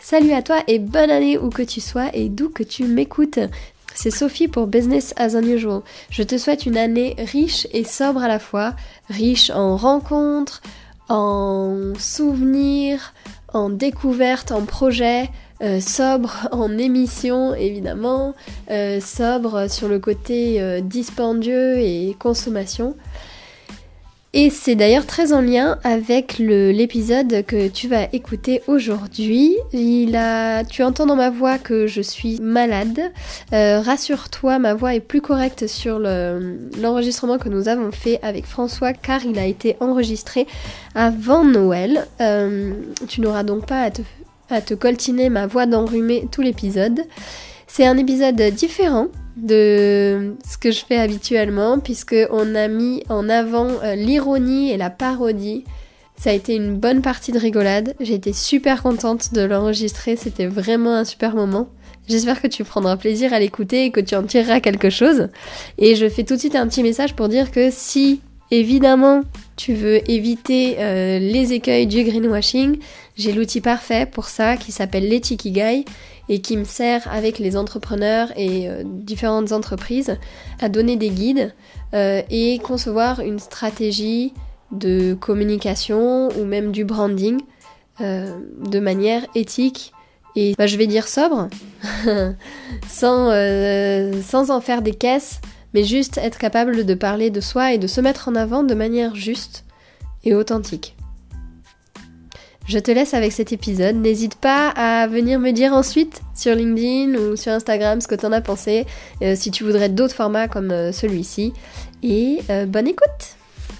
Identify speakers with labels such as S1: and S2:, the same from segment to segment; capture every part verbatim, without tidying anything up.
S1: Salut à toi et bonne année où que tu sois et d'où que tu m'écoutes. C'est Sophie pour Business as Unusual. Je te souhaite une année riche et sobre à la fois, riche en rencontres, en souvenirs, en découvertes, en projets, euh, sobre en émissions évidemment, euh, sobre sur le côté euh, dispendieux et consommation. Et c'est d'ailleurs très en lien avec le, l'épisode que tu vas écouter aujourd'hui. Il a, tu entends dans ma voix que je suis malade. Euh, rassure-toi, ma voix est plus correcte sur le, l'enregistrement que nous avons fait avec François car il a été enregistré avant Noël. Euh, tu n'auras donc pas à te, à te coltiner ma voix d'enrhumé tout l'épisode. C'est un épisode différent de ce que je fais habituellement puisqu'on a mis en avant euh, l'ironie et la parodie. Ça a été une bonne partie de rigolade. J'ai été super contente de l'enregistrer, c'était vraiment un super moment. J'espère que tu prendras plaisir à l'écouter et que tu en tireras quelque chose. Et je fais tout de suite un petit message pour dire que si, évidemment, tu veux éviter euh, les écueils du greenwashing, j'ai l'outil parfait pour ça qui s'appelle l'Ikigai et qui me sert avec les entrepreneurs et euh, différentes entreprises à donner des guides euh, et concevoir une stratégie de communication ou même du branding euh, de manière éthique et bah, je vais dire sobre, sans, euh, sans en faire des caisses, mais juste être capable de parler de soi et de se mettre en avant de manière juste et authentique. Je te laisse avec cet épisode. N'hésite pas à venir me dire ensuite sur LinkedIn ou sur Instagram ce que t'en as pensé, euh, si tu voudrais d'autres formats comme euh, celui-ci. Et euh, bonne écoute!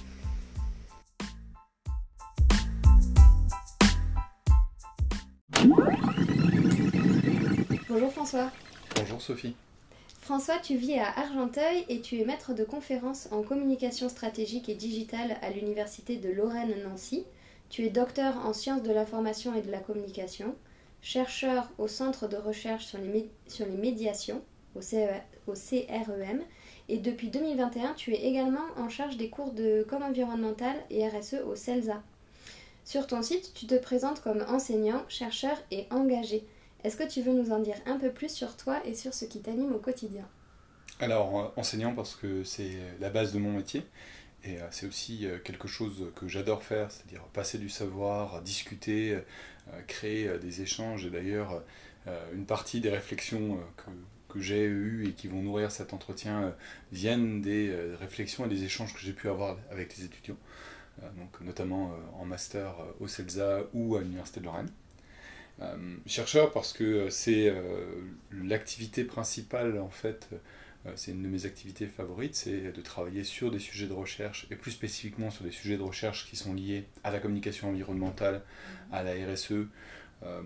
S1: Bonjour François.
S2: Bonjour Sophie.
S1: François, tu vis à Argenteuil et tu es maître de conférences en communication stratégique et digitale à l'université de Lorraine-Nancy. Tu es docteur en sciences de l'information et de la communication, chercheur au Centre de recherche sur les, mé- sur les médiations, au, C E- au C R E M, et depuis deux mille vingt et un, tu es également en charge des cours de com environnemental et R S E au CELSA. Sur ton site, tu te présentes comme enseignant, chercheur et engagé. Est-ce que tu veux nous en dire un peu plus sur toi et sur ce qui t'anime au quotidien ?
S2: Alors, enseignant parce que c'est la base de mon métier. Et c'est aussi quelque chose que j'adore faire, c'est-à-dire passer du savoir, discuter, créer des échanges. Et d'ailleurs, une partie des réflexions que, que j'ai eues et qui vont nourrir cet entretien viennent des réflexions et des échanges que j'ai pu avoir avec les étudiants, donc notamment en master au CELSA ou à l'Université de Lorraine. Chercheur parce que c'est l'activité principale en fait. C'est une de mes activités favorites, c'est de travailler sur des sujets de recherche, et plus spécifiquement sur des sujets de recherche qui sont liés à la communication environnementale, à la R S E, euh,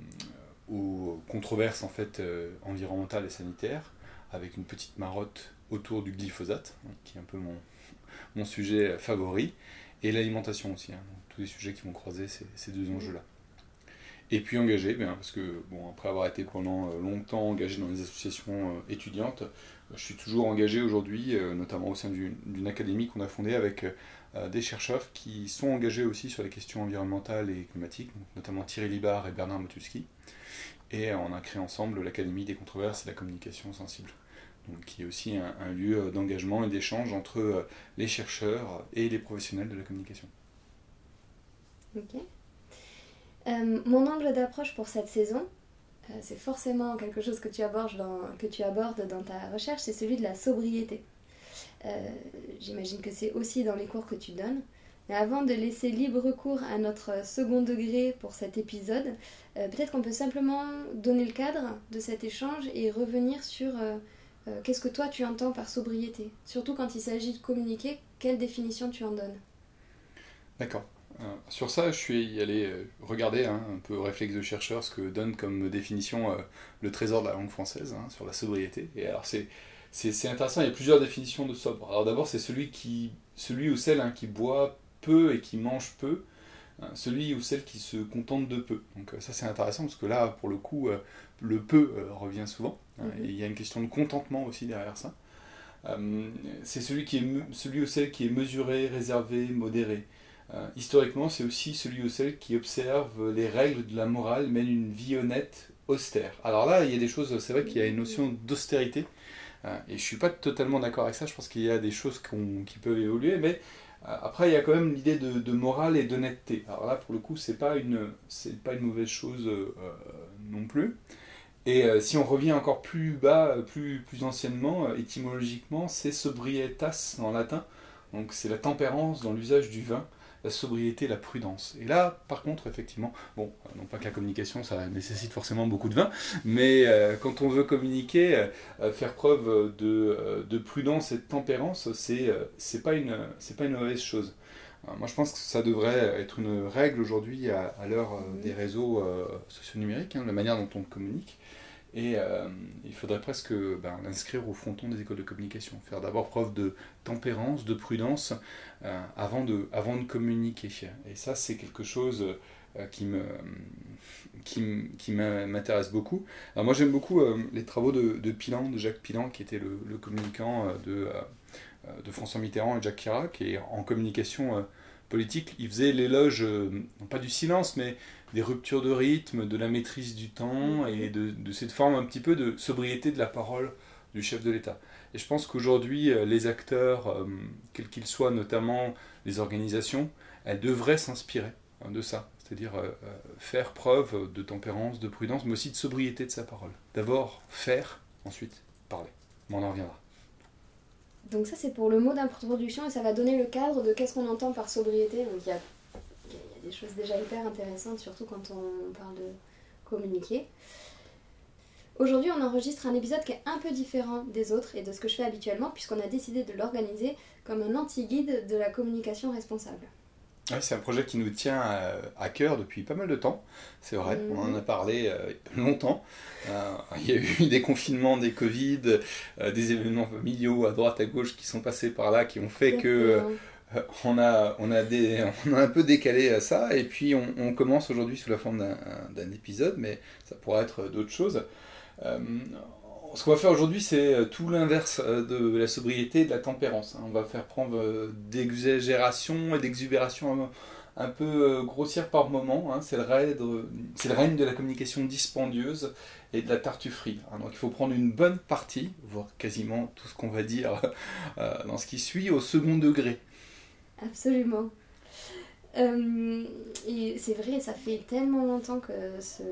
S2: aux controverses en fait, euh, environnementales et sanitaires, avec une petite marotte autour du glyphosate, hein, qui est un peu mon, mon sujet favori, et l'alimentation aussi, hein, donc tous les sujets qui vont croiser ces, ces deux enjeux-là. Et puis engagé, bien, parce que bon, après avoir été pendant longtemps engagé dans les associations euh, étudiantes, je suis toujours engagé aujourd'hui, euh, notamment au sein d'une, d'une académie qu'on a fondée avec euh, des chercheurs qui sont engagés aussi sur les questions environnementales et climatiques, donc notamment Thierry Libard et Bernard Motulski. Et on a créé ensemble l'Académie des controverses et la communication sensible, donc, qui est aussi un, un lieu d'engagement et d'échange entre euh, les chercheurs et les professionnels de la communication.
S1: Ok. Euh, mon angle d'approche pour cette saison, euh, c'est forcément quelque chose que tu abordes dans, que tu abordes dans ta recherche, c'est celui de la sobriété. Euh, j'imagine que c'est aussi dans les cours que tu donnes. Mais avant de laisser libre cours à notre second degré pour cet épisode, euh, peut-être qu'on peut simplement donner le cadre de cet échange et revenir sur euh, euh, qu'est-ce que toi tu entends par sobriété. Surtout quand il s'agit de communiquer, quelle définition tu en donnes ?
S2: D'accord. Euh, sur ça, je suis allé euh, regarder hein, un peu réflexe de chercheur ce que donne comme définition euh, le trésor de la langue française hein, sur la sobriété. Et alors c'est, c'est, c'est intéressant, il y a plusieurs définitions de sobre. Alors d'abord c'est celui, qui, celui ou celle hein, qui boit peu et qui mange peu, hein, celui ou celle qui se contente de peu. Donc euh, ça c'est intéressant parce que là pour le coup euh, le peu euh, revient souvent. Hein, mm-hmm. Et il y a une question de contentement aussi derrière ça. Euh, c'est celui, qui est, celui ou celle qui est mesuré, réservé, modéré. Euh, historiquement, c'est aussi celui ou celle qui observe les règles de la morale, mène une vie honnête, austère. Alors là, il y a des choses, c'est vrai qu'il y a une notion d'austérité, euh, et je ne suis pas totalement d'accord avec ça, je pense qu'il y a des choses qu'on, qui peuvent évoluer, mais euh, après, il y a quand même l'idée de, de morale et d'honnêteté. Alors là, pour le coup, c'est pas une, c'est pas une mauvaise chose euh, non plus. Et euh, si on revient encore plus bas, plus, plus anciennement, euh, étymologiquement, c'est sobrietas en latin, donc c'est la tempérance dans l'usage du vin, la sobriété, la prudence. Et là, par contre, effectivement, bon, non pas que la communication, ça nécessite forcément beaucoup de vin, mais euh, quand on veut communiquer, euh, faire preuve de, euh, de prudence et de tempérance, c'est euh, c'est pas une, c'est pas une mauvaise chose. Euh, moi, je pense que ça devrait être une règle aujourd'hui à, à l'heure euh, des réseaux euh, socio-numériques, hein, la manière dont on communique. Et euh, il faudrait presque ben, l'inscrire au fronton des écoles de communication. Faire d'abord preuve de tempérance, de prudence, euh, avant, de, avant de communiquer. Et ça, c'est quelque chose euh, qui, me, qui, qui m'intéresse beaucoup. Alors moi, j'aime beaucoup euh, les travaux de, de Pilan, de Jacques Pilan, qui était le, le communicant euh, de, euh, de François Mitterrand et Jacques Chirac. Et en communication euh, politique, il faisait l'éloge, euh, non pas du silence, mais des ruptures de rythme, de la maîtrise du temps et de, de cette forme un petit peu de sobriété de la parole du chef de l'État. Et je pense qu'aujourd'hui, les acteurs, euh, quels qu'ils soient, notamment les organisations, elles devraient s'inspirer hein, de ça. C'est-à-dire euh, faire preuve de tempérance, de prudence, mais aussi de sobriété de sa parole. D'abord faire, ensuite parler. Mais on en reviendra.
S1: Donc ça, c'est pour le mot d'introduction et ça va donner le cadre de qu'est-ce qu'on entend par sobriété. Donc il y a des choses déjà hyper intéressantes, surtout quand on parle de communiquer. Aujourd'hui, on enregistre un épisode qui est un peu différent des autres et de ce que je fais habituellement, puisqu'on a décidé de l'organiser comme un anti-guide de la communication responsable.
S2: Ouais, c'est un projet qui nous tient à, à cœur depuis pas mal de temps, c'est vrai, mmh. On en a parlé euh, longtemps. Euh, il y a eu des confinements, des Covid, euh, des événements familiaux à droite, à gauche qui sont passés par là, qui ont fait que... Euh, On a, on, a des, on a un peu décalé ça, et puis on, on commence aujourd'hui sous la forme d'un, d'un épisode, mais ça pourra être d'autres choses. Euh, ce qu'on va faire aujourd'hui, c'est tout l'inverse de la sobriété et de la tempérance. On va faire preuve d'exagération et d'exubération un, un peu grossière par moment. Hein. C'est, le règne de, c'est le règne de la communication dispendieuse et de la tartufferie. Donc il faut prendre une bonne partie, voire quasiment tout ce qu'on va dire dans ce qui suit, au second degré.
S1: Absolument. Euh, et c'est vrai, ça fait tellement longtemps que ce,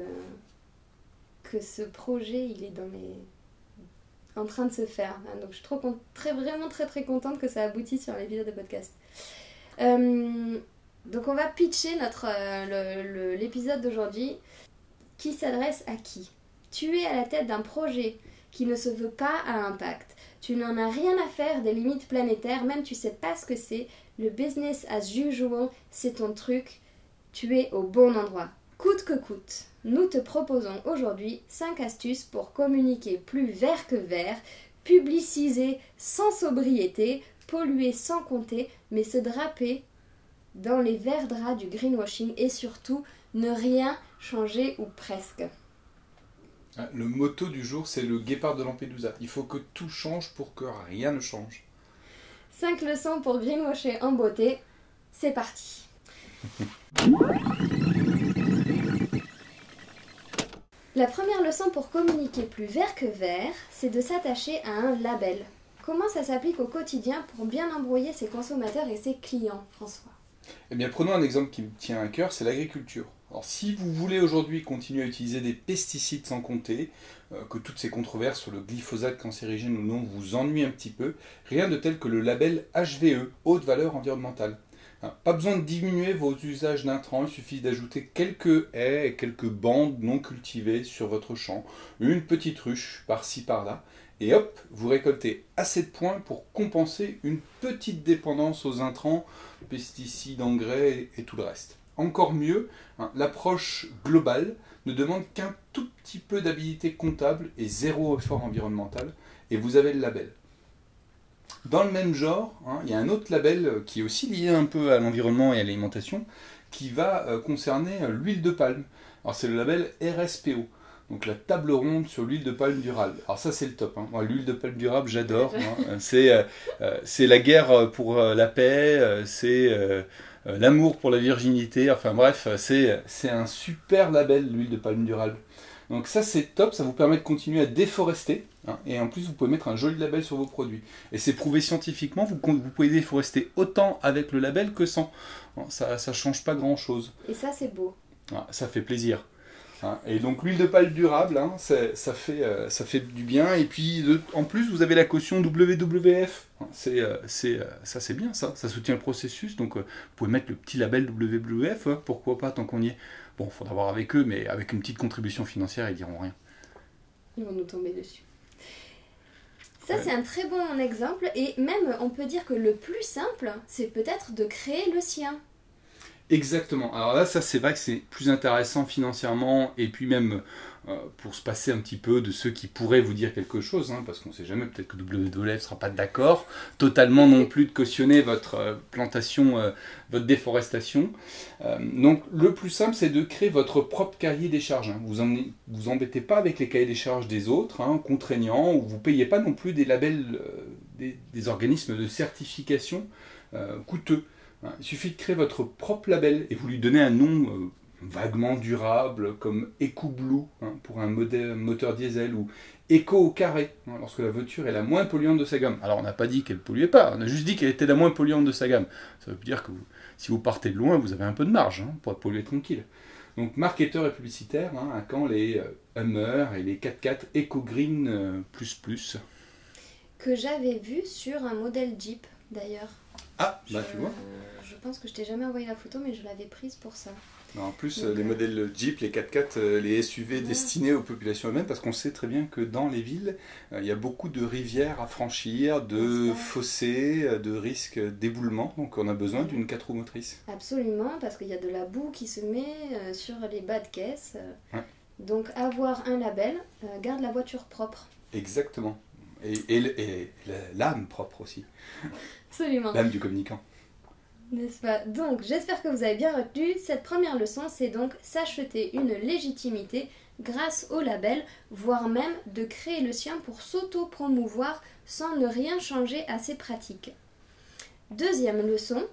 S1: que ce projet, il est dans mes... en train de se faire. Donc je suis trop, très, vraiment très très contente que ça aboutisse sur l'épisode de podcast. Euh, donc on va pitcher notre, euh, le, le, l'épisode d'aujourd'hui qui s'adresse à qui ? Tu es à la tête d'un projet qui ne se veut pas à impact. Tu n'en as rien à faire des limites planétaires, même tu sais pas ce que c'est. Le business as usual, c'est ton truc. Tu es au bon endroit. Coûte que coûte, nous te proposons aujourd'hui cinq astuces pour communiquer plus vert que vert, publiciser sans sobriété, polluer sans compter, mais se draper dans les verts draps du greenwashing et surtout ne rien changer ou presque.
S2: Le motto du jour, c'est le guépard de Lampedusa. Il faut que tout change pour que rien ne change.
S1: cinq leçons pour greenwasher en beauté. C'est parti. La première leçon pour communiquer plus vert que vert, c'est de s'attacher à un label. Comment ça s'applique au quotidien pour bien embrouiller ses consommateurs et ses clients, François ?
S2: Eh bien, prenons un exemple qui me tient à cœur, c'est l'agriculture. Alors, si vous voulez aujourd'hui continuer à utiliser des pesticides sans compter, euh, que toutes ces controverses sur le glyphosate cancérigène ou non vous ennuient un petit peu, rien de tel que le label H V E, haute valeur environnementale. Hein, pas besoin de diminuer vos usages d'intrants, il suffit d'ajouter quelques haies et quelques bandes non cultivées sur votre champ, une petite ruche par-ci par-là, et hop, vous récoltez assez de points pour compenser une petite dépendance aux intrants, pesticides, engrais et tout le reste. Encore mieux, hein, l'approche globale ne demande qu'un tout petit peu d'habilité comptable et zéro effort environnemental, et vous avez le label. Dans le même genre, hein, il y a un autre label qui est aussi lié un peu à l'environnement et à l'alimentation, qui va euh, concerner euh, l'huile de palme. Alors c'est le label R S P O. Donc la table ronde sur l'huile de palme durable. Alors ça c'est le top. Hein. Moi, l'huile de palme durable, j'adore. Hein. C'est, euh, c'est la guerre pour euh, la paix. Euh, c'est, euh, euh, l'amour pour la virginité, enfin bref, c'est, c'est un super label, l'huile de palme durable. Donc ça c'est top, ça vous permet de continuer à déforester, hein, et en plus vous pouvez mettre un joli label sur vos produits. Et c'est prouvé scientifiquement, vous, vous pouvez déforester autant avec le label que sans. Ça ne change pas grand chose.
S1: Et ça c'est beau.
S2: Ah, ça fait plaisir. Hein, et donc l'huile de palme durable, hein, ça, ça, fait, euh, ça fait du bien. Et puis de, en plus vous avez la caution W W F. Hein, c'est, euh, c'est, euh, ça c'est bien ça, ça soutient le processus. Donc euh, vous pouvez mettre le petit label W W F, hein, pourquoi pas tant qu'on y est. Bon, il faudra voir avec eux, mais avec une petite contribution financière, ils diront rien.
S1: Ils vont nous tomber dessus. Ça,
S2: ouais.
S1: C'est un très bon exemple. Et même, on peut dire que le plus simple, c'est peut-être de créer le sien.
S2: Exactement. Alors là, ça, c'est vrai que c'est plus intéressant financièrement, et puis même euh, pour se passer un petit peu de ceux qui pourraient vous dire quelque chose, hein, parce qu'on ne sait jamais, peut-être que W W F ne sera pas d'accord totalement non plus de cautionner votre euh, plantation, euh, votre déforestation. Euh, donc le plus simple, c'est de créer votre propre cahier des charges. Hein. Vous en, vous embêtez pas avec les cahiers des charges des autres, hein, contraignants, ou vous ne payez pas non plus des labels, euh, des, des organismes de certification euh, coûteux. Il suffit de créer votre propre label et vous lui donnez un nom euh, vaguement durable comme EcoBlue, hein, pour un modèle, moteur diesel, ou Eco au carré, hein, lorsque la voiture est la moins polluante de sa gamme. Alors on n'a pas dit qu'elle ne polluait pas, on a juste dit qu'elle était la moins polluante de sa gamme. Ça veut dire que vous, si vous partez de loin, vous avez un peu de marge, hein, pour polluer tranquille. Donc marketeur et publicitaire, hein, à quand les euh, Hummer et les quatre-quatre Eco Green euh, plus plus.
S1: Que j'avais vu sur un modèle Jeep d'ailleurs.
S2: Ah,
S1: je,
S2: bah tu vois.
S1: Je pense que je t'ai jamais envoyé la photo, mais je l'avais prise pour ça.
S2: En plus,
S1: Donc,
S2: les
S1: euh...
S2: modèles Jeep, les quatre-quatre, les S U V ouais. destinés aux populations humaines, parce qu'on sait très bien que dans les villes, il y a beaucoup de rivières à franchir, de fossés, de risques d'éboulement, donc on a besoin d'une quatre roues motrices.
S1: Absolument, parce qu'il y a de la boue qui se met sur les bas de caisse.
S2: Ouais.
S1: Donc avoir un label euh, garde la voiture propre.
S2: Exactement. Et, et, et l'âme propre aussi.
S1: Absolument.
S2: L'âme du communicant.
S1: N'est-ce pas? Donc, j'espère que vous avez bien retenu. Cette première leçon, c'est donc s'acheter une légitimité grâce au label, voire même de créer le sien pour s'auto-promouvoir sans ne rien changer à ses pratiques. Deuxième leçon.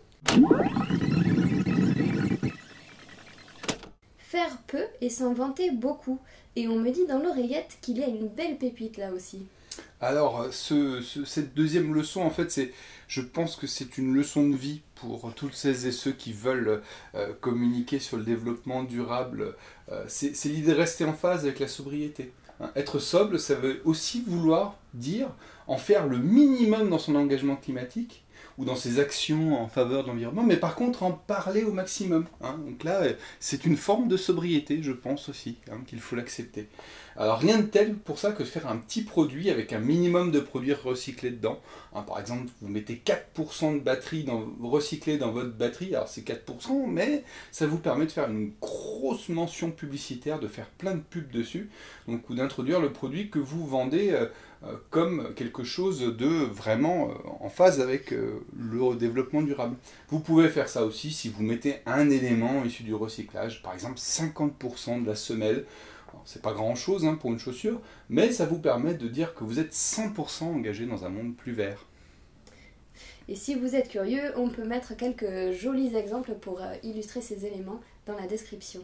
S1: Faire peu et s'en vanter beaucoup. Et on me dit dans l'oreillette qu'il y a une belle pépite là aussi.
S2: Alors, ce, ce, cette deuxième leçon, en fait, c'est, je pense que c'est une leçon de vie pour toutes celles et ceux qui veulent euh, communiquer sur le développement durable. Euh, c'est, c'est l'idée de rester en phase avec la sobriété. Hein, être sobre, ça veut aussi vouloir dire en faire le minimum dans son engagement climatique ou dans ses actions en faveur de l'environnement, mais par contre en parler au maximum. Hein. Donc là, c'est une forme de sobriété, je pense aussi, hein, qu'il faut l'accepter. Alors rien de tel pour ça que de faire un petit produit avec un minimum de produits recyclés dedans. Hein, par exemple, vous mettez quatre pour cent de batterie dans, recyclée dans votre batterie, alors c'est quatre pour cent, mais ça vous permet de faire une grosse mention publicitaire, de faire plein de pubs dessus, donc, ou d'introduire le produit que vous vendez euh, euh, comme quelque chose de vraiment euh, en phase avec euh, le développement durable. Vous pouvez faire ça aussi si vous mettez un élément issu du recyclage, par exemple cinquante pour cent de la semelle. C'est pas grand chose, hein, pour une chaussure, mais ça vous permet de dire que vous êtes cent pour cent engagé dans un monde plus vert.
S1: Et si vous êtes curieux, on peut mettre quelques jolis exemples pour euh, illustrer ces éléments dans la description.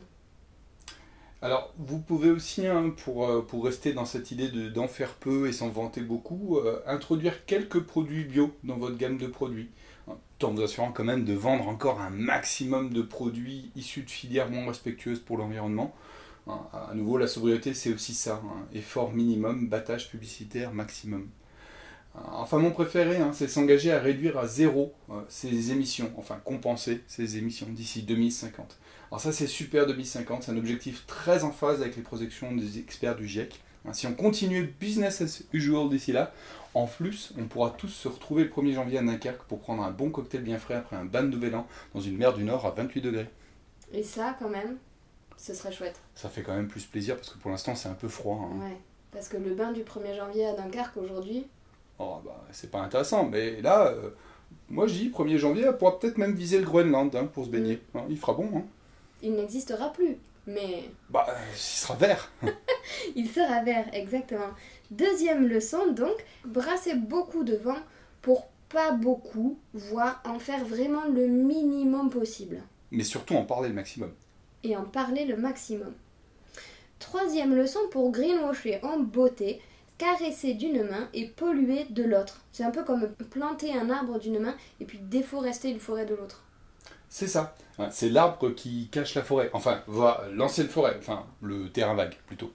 S2: Alors, vous pouvez aussi, hein, pour, euh, pour rester dans cette idée de, d'en faire peu et s'en vanter beaucoup, euh, introduire quelques produits bio dans votre gamme de produits, hein, tout en vous assurant quand même de vendre encore un maximum de produits issus de filières moins respectueuses pour l'environnement. Hein, à nouveau, la sobriété, c'est aussi ça, hein, effort minimum, battage publicitaire maximum. Enfin, mon préféré, hein, c'est s'engager à réduire à zéro euh, ses émissions, enfin compenser ses émissions d'ici deux mille cinquante. Alors ça, c'est super deux mille cinquante, c'est un objectif très en phase avec les projections des experts du GIEC. Hein, si on continue business as usual d'ici là, en plus, on pourra tous se retrouver le premier janvier à Dunkerque pour prendre un bon cocktail bien frais après un bain de nouvel an dans une mer du Nord à vingt-huit degrés.
S1: Et ça, quand même, ce serait chouette.
S2: Ça fait quand même plus plaisir parce que pour l'instant, c'est un peu froid. Hein.
S1: Ouais, parce que le bain du premier janvier à Dunkerque aujourd'hui...
S2: Oh, bah, c'est pas intéressant, mais là, euh, moi je dis premier janvier, on pourra peut-être même viser le Groenland, hein, pour se baigner. Mmh. Il fera bon. Hein.
S1: Il n'existera plus, mais...
S2: Bah, euh, il sera vert.
S1: Il sera vert, exactement. Deuxième leçon, donc, brasser beaucoup de vent pour
S3: pas beaucoup, voire en faire vraiment le minimum possible.
S2: Mais surtout en parler le maximum.
S3: Et en parler le maximum. Troisième leçon pour greenwasher en beauté, caresser d'une main et polluer de l'autre. C'est un peu comme planter un arbre d'une main et puis déforester une forêt de l'autre.
S2: C'est ça. C'est l'arbre qui cache la forêt. Enfin, va l'ancienne forêt. Enfin, le terrain vague, plutôt.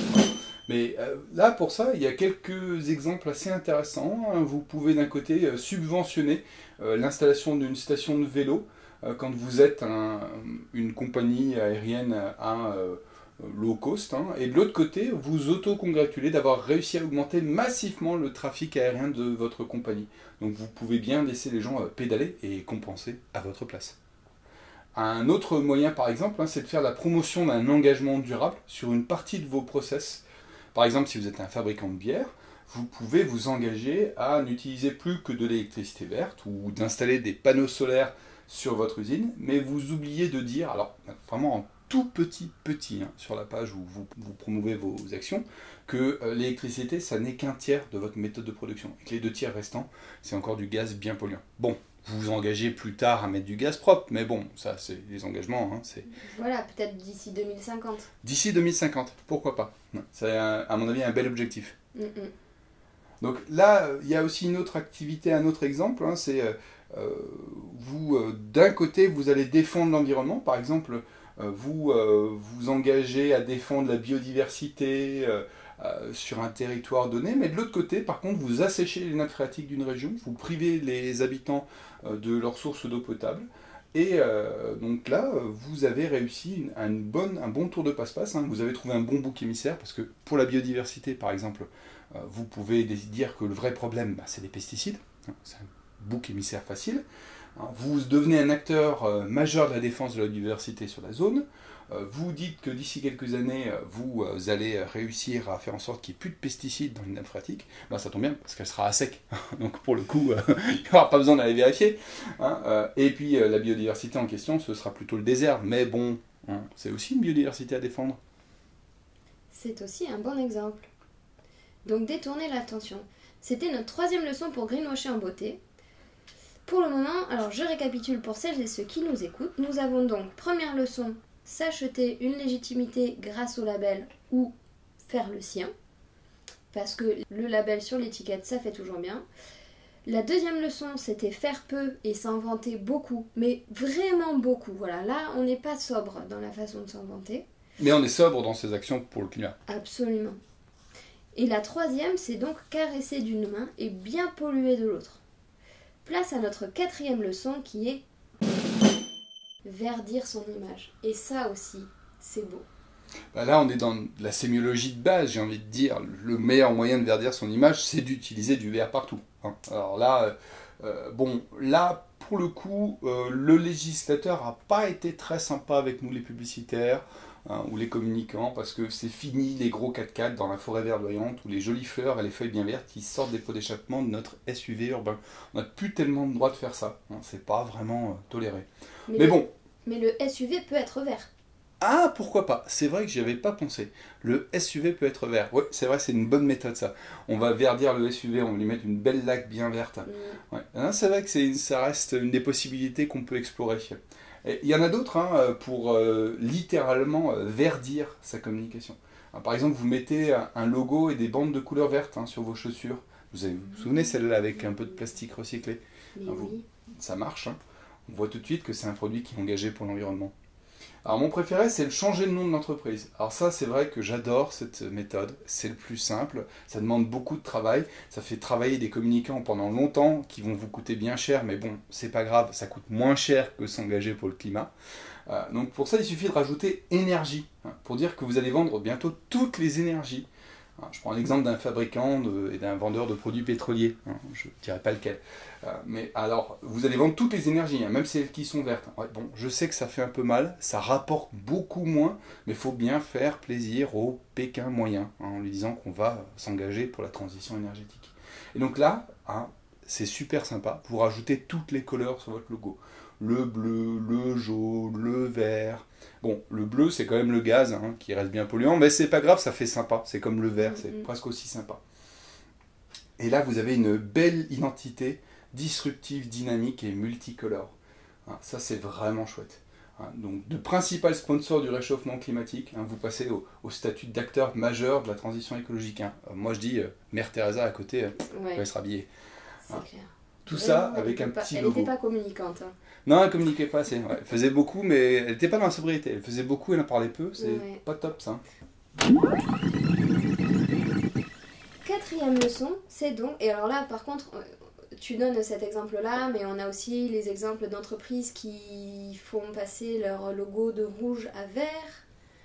S2: Mais euh, là, pour ça, il y a quelques exemples assez intéressants. Vous pouvez d'un côté euh, subventionner euh, l'installation d'une station de vélo euh, quand vous êtes un, une compagnie aérienne à euh, low cost. Hein, et de l'autre côté, vous auto-congratuler d'avoir réussi à augmenter massivement le trafic aérien de votre compagnie. Donc vous pouvez bien laisser les gens euh, pédaler et compenser à votre place. Un autre moyen, par exemple, hein, c'est de faire la promotion d'un engagement durable sur une partie de vos process. Par exemple, si vous êtes un fabricant de bière, vous pouvez vous engager à n'utiliser plus que de l'électricité verte ou d'installer des panneaux solaires sur votre usine, mais vous oubliez de dire, alors vraiment en tout petit petit, hein, sur la page où vous, vous promouvez vos actions, que euh, l'électricité, ça n'est qu'un tiers de votre méthode de production, et que les deux tiers restants, c'est encore du gaz bien polluant. Bon, vous vous engagez plus tard à mettre du gaz propre, mais bon, ça c'est les engagements. Hein, c'est...
S3: Voilà, peut-être d'ici deux mille cinquante.
S2: D'ici deux mille cinquante, pourquoi pas. C'est à mon avis un bel objectif.
S3: Mm-mm.
S2: Donc là, il y a aussi une autre activité, un autre exemple, hein, c'est euh, vous, euh, d'un côté, vous allez défendre l'environnement, par exemple, euh, vous euh, vous engagez à défendre la biodiversité, euh, Euh, sur un territoire donné, mais de l'autre côté, par contre, vous asséchez les nappes phréatiques d'une région, vous privez les habitants euh, de leur source d'eau potable, et euh, donc là, vous avez réussi une, une bonne, un bon tour de passe-passe, hein. Vous avez trouvé un bon bouc émissaire, parce que pour la biodiversité, par exemple, euh, vous pouvez dire que le vrai problème, bah, c'est les pesticides, hein. C'est un bouc émissaire facile. Hein. Vous devenez un acteur euh, majeur de la défense de la biodiversité sur la zone. Vous dites que d'ici quelques années, vous allez réussir à faire en sorte qu'il n'y ait plus de pesticides dans les nappes phréatiques. Ben, ça tombe bien, parce qu'elle sera à sec. Donc pour le coup, il n'y aura pas besoin d'aller vérifier. Hein. Et puis la biodiversité en question, ce sera plutôt le désert. Mais bon, hein, c'est aussi une biodiversité à défendre.
S3: C'est aussi un bon exemple. Donc détourner l'attention. C'était notre troisième leçon pour greenwasher en beauté. Pour le moment, alors je récapitule pour celles et ceux qui nous écoutent. Nous avons donc, première leçon, s'acheter une légitimité grâce au label ou faire le sien, parce que le label sur l'étiquette, ça fait toujours bien. La deuxième leçon, c'était faire peu et s'en vanter beaucoup, mais vraiment beaucoup. Voilà, là, on n'est pas sobre dans la façon de s'en vanter.
S2: Mais on est sobre dans ses actions pour le climat.
S3: Absolument. Et la troisième, c'est donc caresser d'une main et bien polluer de l'autre. Place à notre quatrième leçon qui est verdir son image. Et ça aussi, c'est beau.
S2: Bah là, on est dans la sémiologie de base, j'ai envie de dire. Le meilleur moyen de verdir son image, c'est d'utiliser du vert partout. Hein. Alors là, euh, bon, là, pour le coup, euh, le législateur n'a pas été très sympa avec nous, les publicitaires, hein, ou les communicants, parce que c'est fini les gros quatre-quatre dans la forêt verdoyante, où les jolies fleurs et les feuilles bien vertes qui sortent des pots d'échappement de notre S U V urbain. On n'a plus tellement de droit de faire ça. Hein. C'est pas vraiment euh, toléré.
S3: Mais,
S2: Mais
S3: le,
S2: bon.
S3: Mais le S U V peut être vert.
S2: Ah, pourquoi pas? C'est vrai que j'y avais pas pensé. Le S U V peut être vert. Oui, c'est vrai, c'est une bonne méthode ça. On va verdir le S U V, on va lui mettre une belle laque bien verte. Mm. Ouais. Ah, c'est vrai que c'est, ça reste une des possibilités qu'on peut explorer. Il y en a d'autres hein, pour euh, littéralement euh, verdir sa communication. Alors, par exemple, vous mettez un logo et des bandes de couleur verte hein, sur vos chaussures. Vous avez, vous, vous souvenez celle-là avec un peu de plastique recyclé?
S3: Mais
S2: ah, vous,
S3: oui.
S2: Ça marche. Hein. On voit tout de suite que c'est un produit qui est engagé pour l'environnement. Alors mon préféré, c'est le changer le nom de l'entreprise. Alors ça, c'est vrai que j'adore cette méthode. C'est le plus simple. Ça demande beaucoup de travail. Ça fait travailler des communicants pendant longtemps qui vont vous coûter bien cher. Mais bon, c'est pas grave. Ça coûte moins cher que s'engager pour le climat. Euh, donc pour ça, il suffit de rajouter énergie. Hein, pour dire que vous allez vendre bientôt toutes les énergies. Hein, je prends l'exemple d'un fabricant de, et d'un vendeur de produits pétroliers. Hein, je ne dirai pas lequel. Euh, mais alors, vous allez vendre toutes les énergies, hein, même celles qui sont vertes. Ouais, bon, je sais que ça fait un peu mal, ça rapporte beaucoup moins, mais il faut bien faire plaisir au Pékin moyen, hein, en lui disant qu'on va s'engager pour la transition énergétique. Et donc là, hein, c'est super sympa, vous rajoutez toutes les couleurs sur votre logo. Le bleu, le jaune, le vert. Bon, le bleu, c'est quand même le gaz, hein, qui reste bien polluant, mais c'est pas grave, ça fait sympa. C'est comme le vert, c'est mm-hmm. presque aussi sympa. Et là, vous avez une belle identité disruptif, dynamique et multicolore. Hein, ça, c'est vraiment chouette. Hein, donc, de principal sponsor du réchauffement climatique, hein, vous passez au, au statut d'acteur majeur de la transition écologique. Hein. Euh, moi, je dis, euh, Mère Teresa à côté, euh,
S3: Ouais,
S2: elle se rhabiller.
S3: c'est
S2: Hein.
S3: clair.
S2: Tout
S3: Elle,
S2: ça
S3: elle
S2: avec
S3: était
S2: un
S3: pas-
S2: petit
S3: Elle
S2: logo.
S3: n'était pas communicante. hein.
S2: Non, elle communiquait pas assez. Ouais. Elle faisait beaucoup, mais elle n'était pas dans la sobriété. Elle faisait beaucoup, elle en parlait peu. C'est
S3: Ouais.
S2: pas top, ça.
S3: Quatrième leçon, c'est donc, et alors là par contre, euh, tu donnes cet exemple-là, mais on a aussi les exemples d'entreprises qui font passer leur logo de rouge à vert,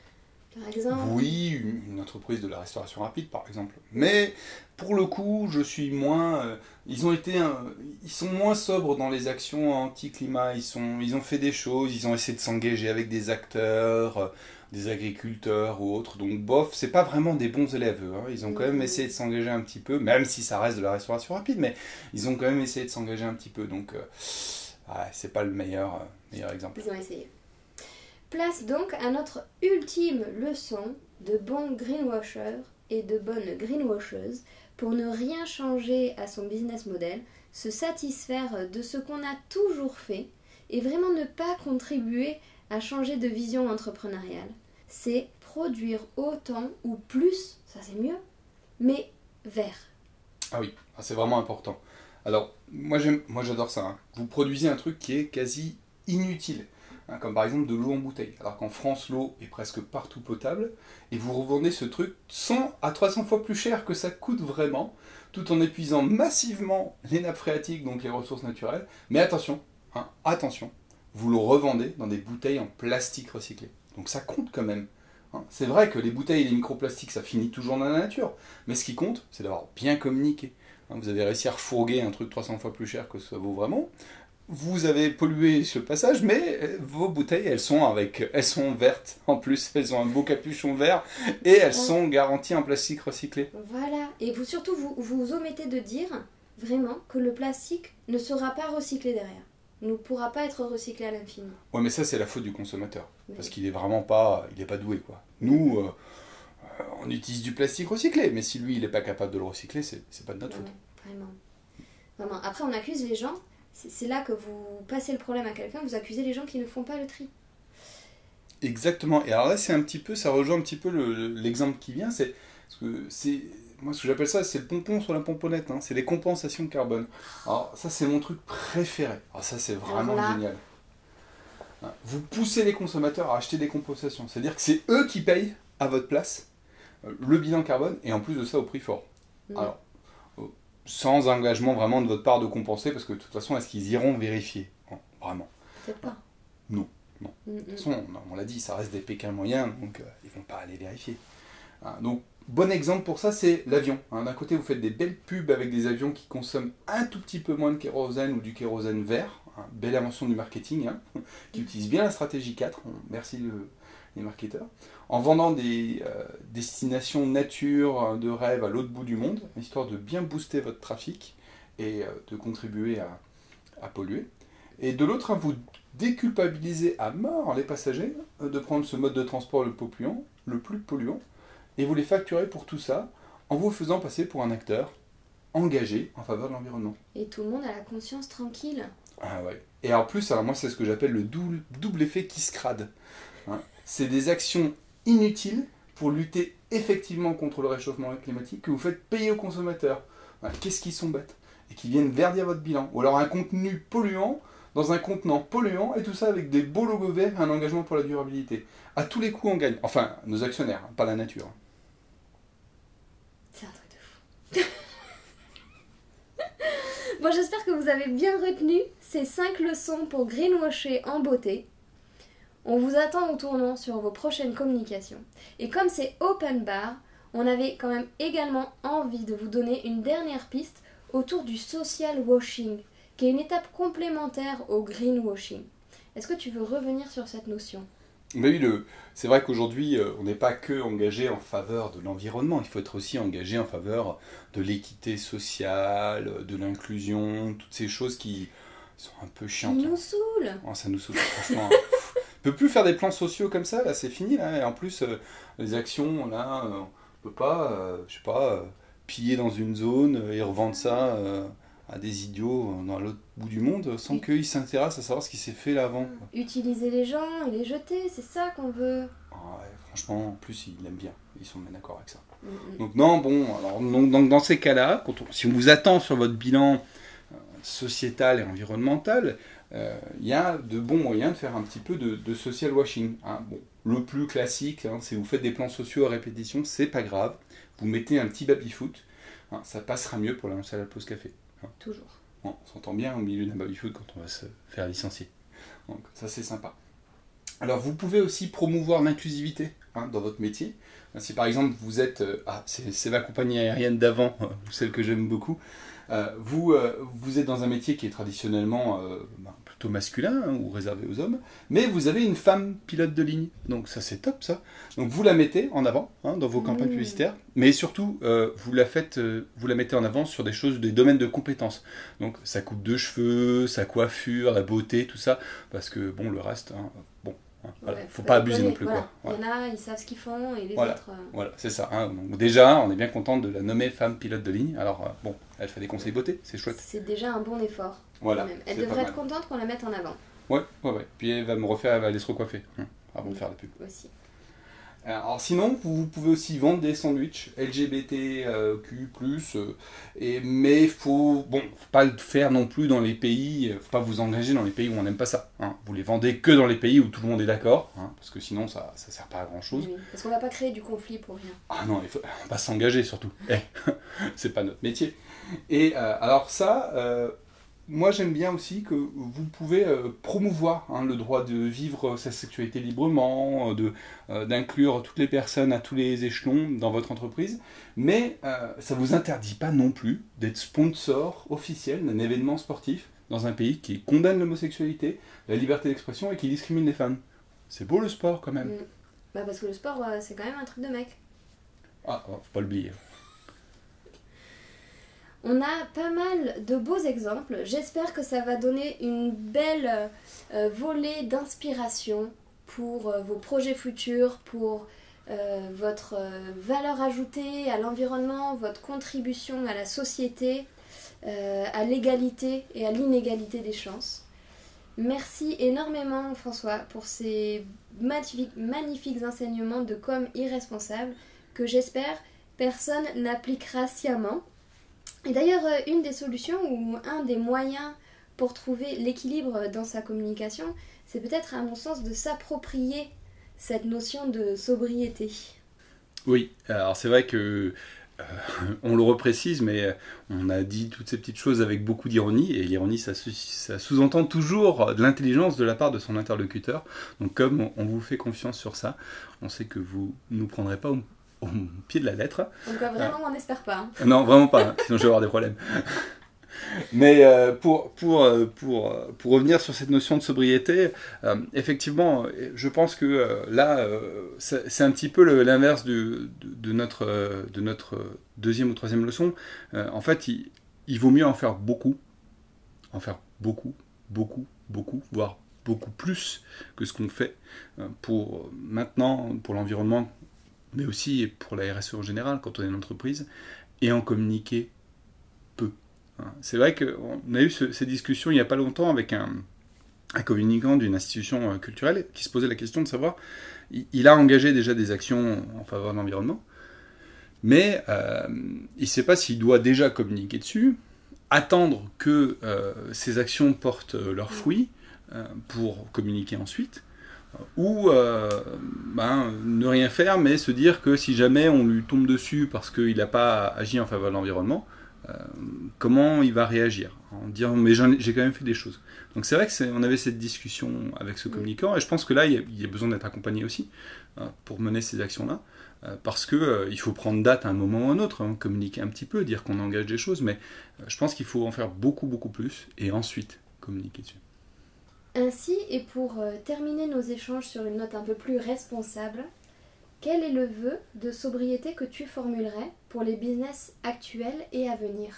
S3: par exemple.
S2: Oui, une une entreprise de la restauration rapide, par exemple. Mais pour le coup, je suis moins. euh, ils ont été, euh, ils sont moins sobres dans les actions anti-climat. Ils sont, ils ont fait des choses. Ils ont essayé de s'engager avec des acteurs, euh, des agriculteurs ou autres. Donc, bof, c'est pas vraiment des bons élèves. eux, hein. Ils ont quand même
S3: Mhm.
S2: essayé de s'engager un petit peu, même si ça reste de la restauration rapide. Mais ils ont quand même essayé de s'engager un petit peu. Donc, euh, ouais, c'est pas le meilleur, euh, meilleur exemple.
S3: Ils ont essayé. Place donc à notre ultime leçon de bons greenwashers et de bonnes greenwasheuses pour ne rien changer à son business model, se satisfaire de ce qu'on a toujours fait et vraiment ne pas contribuer à changer de vision entrepreneuriale. C'est produire autant ou plus, ça c'est mieux, mais vert.
S2: Ah oui, ah, c'est vraiment important. Alors, moi, j'aime, moi j'adore ça. Hein. Vous produisez un truc qui est quasi inutile, hein, comme par exemple de l'eau en bouteille. Alors qu'en France, l'eau est presque partout potable, et vous revendez ce truc cent à trois cents fois plus cher que ça coûte vraiment, tout en épuisant massivement les nappes phréatiques, donc les ressources naturelles. Mais attention, hein, attention, vous le revendez dans des bouteilles en plastique recyclé. Donc ça compte quand même. Hein. C'est vrai que les bouteilles et les microplastiques, ça finit toujours dans la nature, mais ce qui compte, c'est d'avoir bien communiqué. Hein, vous avez réussi à refourguer un truc trois cents fois plus cher que ça vaut vraiment. Vous avez pollué ce passage, mais vos bouteilles, elles sont avec, elles sont vertes en plus, elles ont un beau capuchon vert et elles sont garanties en plastique recyclé.
S3: Voilà, et vous surtout vous, vous omettez de dire vraiment que le plastique ne sera pas recyclé derrière, ne pourra pas être recyclé à l'infini.
S2: Ouais, mais ça c'est la faute du consommateur,
S3: Oui.
S2: parce qu'il est vraiment pas, il est pas doué quoi. Nous, euh, euh, on utilise du plastique recyclé, mais si lui il est pas capable de le recycler, c'est c'est pas de notre faute.
S3: Ouais, vraiment. Vraiment. Après on accuse les gens, c'est c'est là que vous passez le problème à quelqu'un, vous accusez les gens qui ne font pas le tri.
S2: Exactement. Et alors là, c'est un petit peu, ça rejoint un petit peu le- l'exemple qui vient. C'est parce que c'est moi ce que j'appelle ça, c'est le pompon sur la pomponnette. Hein, c'est les compensations de carbone. Alors ça, c'est mon truc préféré. Alors ça, c'est vraiment
S3: Alors là-
S2: génial. Hein, vous poussez les consommateurs à acheter des compensations. C'est-à-dire que c'est eux qui payent à votre place euh, le bilan carbone et en plus de ça au prix fort.
S3: Mm.
S2: Alors euh, sans engagement vraiment de votre part de compenser, parce que de toute façon, est-ce qu'ils iront vérifier? Hein, vraiment.
S3: Peut-être pas.
S2: Non, non.
S3: Mm, mm.
S2: De toute façon, on, on l'a dit, ça reste des Pékins moyens, donc euh, ils vont pas aller vérifier. Hein, donc, bon exemple pour ça, c'est l'avion. Hein, d'un côté, vous faites des belles pubs avec des avions qui consomment un tout petit peu moins de kérosène ou du kérosène vert. Hein, belle invention du marketing, hein, qui utilise bien la stratégie quatre. On- merci le- les marketeurs. En vendant des euh, destinations nature euh, de rêve à l'autre bout du monde, histoire de bien booster votre trafic et euh, de contribuer à, à polluer. Et de l'autre, hein, vous déculpabilisez à mort les passagers euh, de prendre ce mode de transport le polluant, le plus polluant, et vous les facturez pour tout ça en vous faisant passer pour un acteur engagé en faveur de l'environnement.
S3: Et tout le monde a la conscience tranquille.
S2: Ah ouais. Et en plus, alors moi, c'est ce que j'appelle le double, double effet Kiskrad. Hein. C'est des actions inutiles pour lutter effectivement contre le réchauffement climatique que vous faites payer aux consommateurs. Hein. Qu'est-ce qu'ils sont bêtes? Et qui viennent verdir votre bilan. Ou alors un contenu polluant dans un contenant polluant, et tout ça avec des beaux logos verts et un engagement pour la durabilité. À tous les coups, on gagne. Enfin, nos actionnaires, hein, pas la nature.
S3: C'est un truc de fou. Bon, j'espère que vous avez bien retenu ces cinq leçons pour greenwasher en beauté. On vous attend au tournant sur vos prochaines communications. Et comme c'est open bar, on avait quand même également envie de vous donner une dernière piste autour du social washing, qui est une étape complémentaire au greenwashing. Est-ce que tu veux revenir sur cette notion ?
S2: Mais oui, le... c'est vrai qu'aujourd'hui, euh, on n'est pas que engagé en faveur de l'environnement, il faut être aussi engagé en faveur de l'équité sociale, de l'inclusion, toutes ces choses qui sont un peu chiantes.
S3: Il nous saoule.
S2: Oh, ça nous saoule, franchement. On peut plus faire des plans sociaux comme ça, là, c'est fini. Là. Et en plus, euh, les actions, là, euh, on peut pas, euh, je sais pas, euh, piller dans une zone et revendre ça euh, à des idiots dans l'autre bout du monde sans qu'ils s'intéressent à savoir ce qui s'est fait là avant.
S3: Utiliser les gens et les jeter, c'est ça qu'on veut.
S2: Ah ouais, franchement, en plus, ils l'aiment bien. Ils sont bien d'accord avec ça.
S3: Mm-hmm.
S2: Donc non, bon, alors donc, donc, dans ces cas-là, quand on, si on vous attend sur votre bilan euh, sociétal et environnemental, il euh, y a de bons moyens de faire un petit peu de, de social washing. Hein. Bon, le plus classique, hein, c'est vous faites des plans sociaux à répétition, c'est pas grave. Vous mettez un petit baby-foot, hein, ça passera mieux pour l'annoncer à la pause café. Hein.
S3: Toujours.
S2: Bon, on s'entend bien au milieu d'un baby-foot quand on va se faire licencier. Donc ça c'est sympa. Alors vous pouvez aussi promouvoir l'inclusivité hein, dans votre métier. Si par exemple vous êtes, euh, ah c'est, c'est ma compagnie aérienne d'avant, euh, celle que j'aime beaucoup, euh, vous, euh, vous êtes dans un métier qui est traditionnellement euh, ben, plutôt masculin hein, ou réservé aux hommes, mais vous avez une femme pilote de ligne, donc ça c'est top ça. Donc vous la mettez en avant hein, dans vos campagnes
S3: Mmh.
S2: publicitaires, mais surtout euh, vous la faites, euh, vous la mettez en avant sur des choses, des domaines de compétences. Donc sa coupe de cheveux, sa coiffure, la beauté, tout ça, parce que bon le reste, hein, bon. Voilà.
S3: Ouais,
S2: faut pas abuser
S3: déconner.
S2: non plus.
S3: Voilà.
S2: Quoi. Ouais.
S3: Il y en a, ils savent ce qu'ils font et les
S2: voilà.
S3: autres. Euh...
S2: Voilà, c'est ça. Hein. Donc déjà, on est bien content de la nommer femme pilote de ligne. Alors, euh, bon, elle fait des conseils beauté, c'est chouette.
S3: C'est déjà un bon effort.
S2: Voilà.
S3: Quand même. Elle devrait être contente qu'on la mette en avant.
S2: Ouais, ouais, ouais. Puis elle va me refaire, elle va aller se recoiffer hein, avant
S3: oui.
S2: de faire la pub.
S3: Aussi.
S2: Alors sinon, vous pouvez aussi vendre des sandwichs L G B T Q plus, euh, et, mais il faut, bon, faut pas le faire non plus dans les pays, faut pas vous engager dans les pays où on n'aime pas ça. Hein. Vous les vendez que dans les pays où tout le monde est d'accord, hein, parce que sinon ça ne sert pas à grand chose.
S3: Oui, parce qu'on va pas créer du conflit pour rien.
S2: Ah non, il faut pas s'engager surtout. Eh, c'est pas notre métier. Et euh, alors ça... Euh, moi, j'aime bien aussi que vous pouvez euh, promouvoir hein, le droit de vivre sa sexualité librement, de, euh, d'inclure toutes les personnes à tous les échelons dans votre entreprise, mais euh, ça ne vous interdit pas non plus d'être sponsor officiel d'un événement sportif dans un pays qui condamne l'homosexualité, la liberté d'expression et qui discrimine les femmes. C'est beau le sport quand même.
S3: Mmh. Bah parce que le sport, euh, c'est quand même un truc de mec.
S2: Ah, faut pas l'oublier.
S3: On a pas mal de beaux exemples. J'espère que ça va donner une belle euh, volée d'inspiration pour euh, vos projets futurs, pour euh, votre euh, valeur ajoutée à l'environnement, votre contribution à la société, euh, à l'égalité et à l'inégalité des chances. Merci énormément François pour ces magnifiques, magnifiques enseignements de com irresponsable que j'espère personne n'appliquera sciemment. Et d'ailleurs, une des solutions ou un des moyens pour trouver l'équilibre dans sa communication, c'est peut-être à mon sens de s'approprier cette notion de sobriété.
S2: Oui, alors c'est vrai que euh, on le reprécise, mais on a dit toutes ces petites choses avec beaucoup d'ironie, et l'ironie ça, ça sous-entend toujours de l'intelligence de la part de son interlocuteur. Donc comme on vous fait confiance sur ça, on sait que vous ne nous prendrez pas au au pied de la lettre.
S3: Donc vraiment, on n'espère pas. Hein.
S2: Non, vraiment pas, hein, sinon je vais avoir des problèmes. Mais euh, pour, pour, pour, pour revenir sur cette notion de sobriété, euh, effectivement, je pense que euh, là, euh, c'est, c'est un petit peu le, l'inverse de, de, de, notre, euh, de notre deuxième ou troisième leçon. Euh, en fait, il, il vaut mieux en faire beaucoup, en faire beaucoup, beaucoup, beaucoup, voire beaucoup plus que ce qu'on fait euh, pour maintenant, pour l'environnement, mais aussi pour la R S E en général, quand on est une entreprise, et en communiquer peu. C'est vrai qu'on a eu ce, ces discussions il n'y a pas longtemps avec un, un communicant d'une institution culturelle qui se posait la question de savoir, il, il a engagé déjà des actions en faveur de l'environnement, mais euh, il ne sait pas s'il doit déjà communiquer dessus, attendre que euh, ces actions portent leurs fruits euh, pour communiquer ensuite, ou euh, ben, ne rien faire, mais se dire que si jamais on lui tombe dessus parce qu'il n'a pas agi en faveur de l'environnement, euh, comment il va réagir en disant mais j'ai quand même fait des choses. Donc c'est vrai qu'on avait cette discussion avec ce communicant, et je pense que là il y a, il y a besoin d'être accompagné aussi hein, pour mener ces actions-là, euh, parce qu'il euh, faut prendre date à un moment ou à un autre, hein, communiquer un petit peu, dire qu'on engage des choses, mais euh, je pense qu'il faut en faire beaucoup beaucoup plus et ensuite communiquer dessus.
S3: Ainsi, et pour euh, terminer nos échanges sur une note un peu plus responsable, quel est le vœu de sobriété que tu formulerais pour les business actuels et à venir ?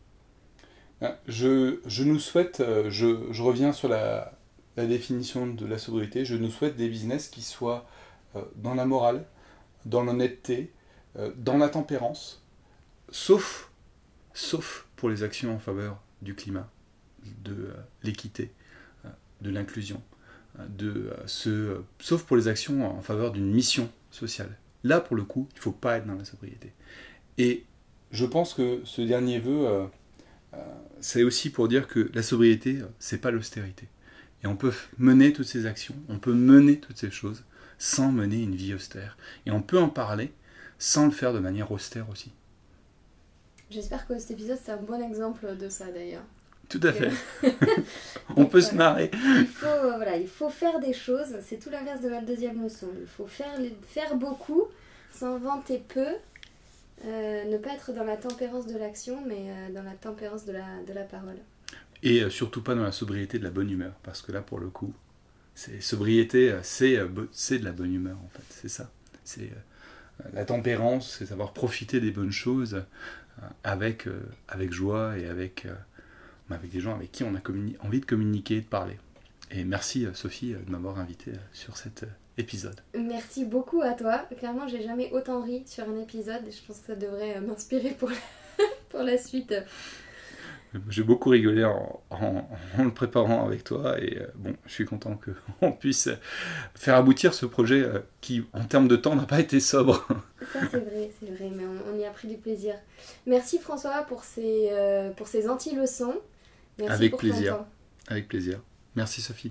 S2: je, je nous souhaite, je, je reviens sur la, la définition de la sobriété, je nous souhaite des business qui soient euh, dans la morale, dans l'honnêteté, euh, dans la tempérance, sauf, sauf pour les actions en faveur du climat, de euh, l'équité, euh, de l'inclusion, euh, de euh, ce, euh, sauf pour les actions en faveur d'une mission sociale. Là, pour le coup, il ne faut pas être dans la sobriété. Et je pense que ce dernier vœu, euh, euh, c'est aussi pour dire que la sobriété, euh, c'est pas l'austérité. Et on peut mener toutes ces actions, on peut mener toutes ces choses sans mener une vie austère. Et on peut en parler sans le faire de manière austère aussi.
S3: J'espère que cet épisode, c'est un bon exemple de ça d'ailleurs.
S2: Tout à fait. On
S3: Donc,
S2: peut
S3: voilà.
S2: se marrer.
S3: Il faut, euh, voilà, il faut faire des choses, c'est tout l'inverse de la deuxième leçon. Il faut faire, faire beaucoup, s'en vanter peu, euh, ne pas être dans la tempérance de l'action, mais euh, dans la tempérance de la, de la parole.
S2: Et euh, surtout pas dans la sobriété de la bonne humeur, parce que là, pour le coup, c'est, sobriété, euh, c'est, euh, bo- c'est de la bonne humeur, en fait, c'est ça. C'est euh, la tempérance, c'est savoir profiter des bonnes choses euh, avec, euh, avec joie et avec, euh, avec des gens avec qui on a communi- envie de communiquer, de parler. Et merci euh, Sophie euh, de m'avoir invité euh, sur cet euh, épisode.
S3: Merci beaucoup à toi. Clairement, j'ai jamais autant ri sur un épisode et je pense que ça devrait euh, m'inspirer pour la, pour la suite.
S2: J'ai beaucoup rigolé en, en, en le préparant avec toi et euh, bon, je suis content qu'on puisse faire aboutir ce projet euh, qui, en termes de temps, n'a pas été sobre.
S3: Ça c'est vrai, c'est vrai, mais on, on y a pris du plaisir. Merci François pour ces, euh, pour ces anti-leçons. Merci
S2: Avec
S3: pour
S2: plaisir.
S3: ton temps.
S2: Avec plaisir. Merci Sophie.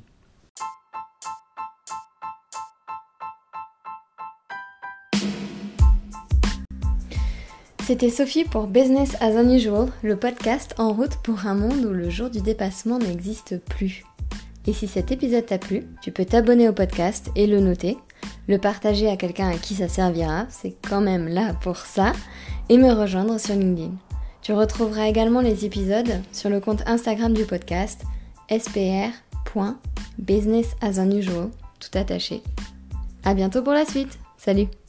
S1: C'était Sophie pour Business as Unusual, le podcast en route pour un monde où le jour du dépassement n'existe plus. Et si cet épisode t'a plu, tu peux t'abonner au podcast et le noter, le partager à quelqu'un à qui ça servira, c'est quand même là pour ça, et me rejoindre sur LinkedIn. Tu retrouveras également les épisodes sur le compte Instagram du podcast s p r point business as unusual, tout attaché. À bientôt pour la suite. Salut!